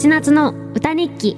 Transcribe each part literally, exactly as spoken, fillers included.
ちなつの歌日記。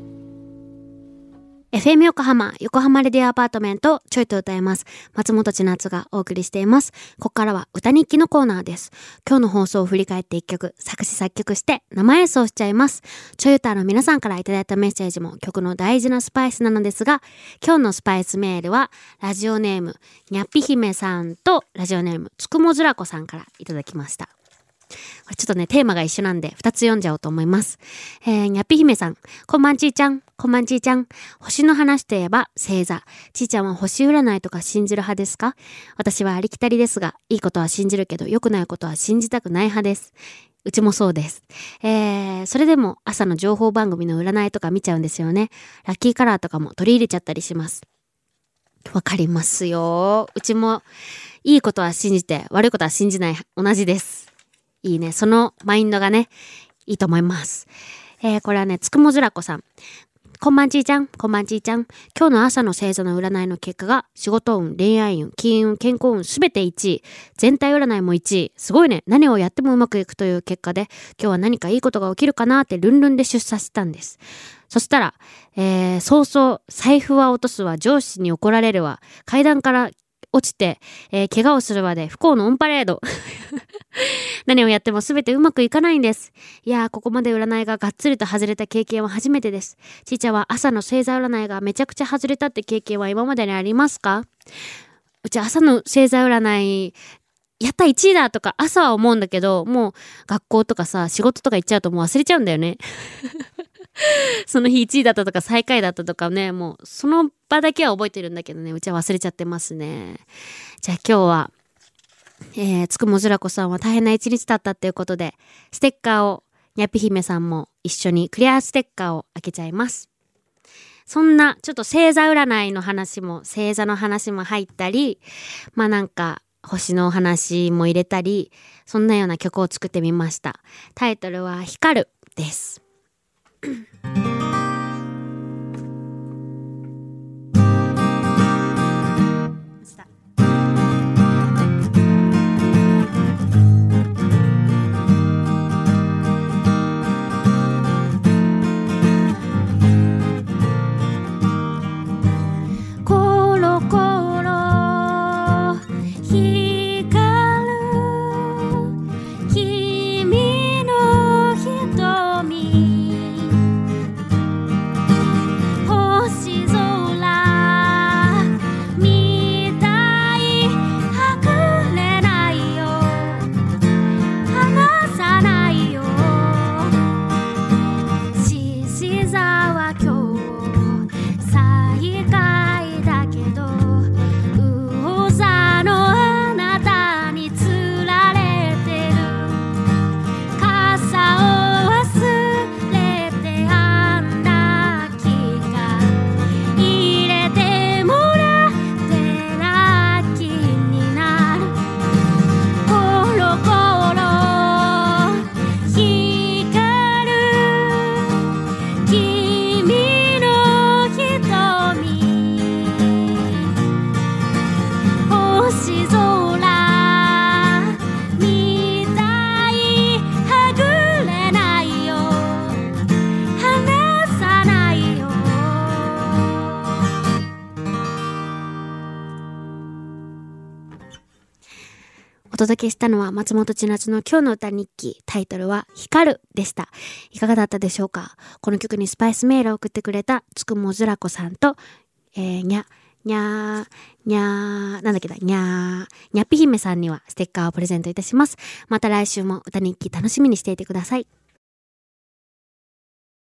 エフエム 横浜横浜レディオアパートメントちょいと歌います松本千夏がお送りしています。ここからは歌日記のコーナーです。今日の放送を振り返っていっきょく作詞作曲して生演奏しちゃいます。ちょい歌の皆さんからいただいたメッセージも曲の大事なスパイスなのですが、今日のスパイスメールはラジオネームにゃっぴ姫さんとラジオネームつくもずらこさんからいただきました。これちょっとねテーマが一緒なんでふたつ読んじゃおうと思います。えー、にゃっぴ姫さん、こんばんちーちゃん、こんばんちーちゃん。星の話といえば星座。ちーちゃんは星占いとか信じる派ですか？私はありきたりですが、いいことは信じるけど良くないことは信じたくない派です。うちもそうです。えー、それでも朝の情報番組の占いとか見ちゃうんですよね。ラッキーカラーとかも取り入れちゃったりします。わかりますよ。うちもいいことは信じて悪いことは信じない、同じです。いいね。そのマインドがね、いいと思います。えー、これはね、つくもずらこさん。こんばんちーちゃん、こんばんちーちゃん。今日の朝の星座の占いの結果が、仕事運、恋愛運、金運、健康運、すべていちい。全体占いもいちい。すごいね。何をやってもうまくいくという結果で、今日は何かいいことが起きるかなってルンルンで出社したんです。そしたら、えー、早々、財布は落とすわ、上司に怒られるわ、階段から落ちて、えー、怪我をするわで不幸のオンパレード。何をやっても全てうまくいかないんです。いやー、ここまで占いががっつりと外れた経験は初めてです。ちーちゃんは朝の星座占いがめちゃくちゃ外れたって経験は今までにありますか？うち朝の星座占いやったいちいだとか朝は思うんだけど、もう学校とかさ仕事とか行っちゃうともう忘れちゃうんだよね。その日いちいだったとか最下位だったとかね、もうその場だけは覚えてるんだけどね、うちは忘れちゃってますね。じゃあ今日はえー、つくもずらこさんは大変な一日だったっていうことで、ステッカーをにゃっぴ姫さんも一緒にクリアステッカーを開けちゃいます。そんなちょっと星座占いの話も星座の話も入ったり、まあなんか星の話も入れたり、そんなような曲を作ってみました。タイトルは光るです。お届けしたのは松本千夏の今日の歌日記、タイトルは光るでした。いかがだったでしょうか？この曲にスパイスメールを送ってくれたつくもずらこさんと、えー、にゃにゃーにゃーなんだっけだにゃーにゃっぴ姫さんにはステッカーをプレゼントいたします。また来週も歌日記楽しみにしていてください。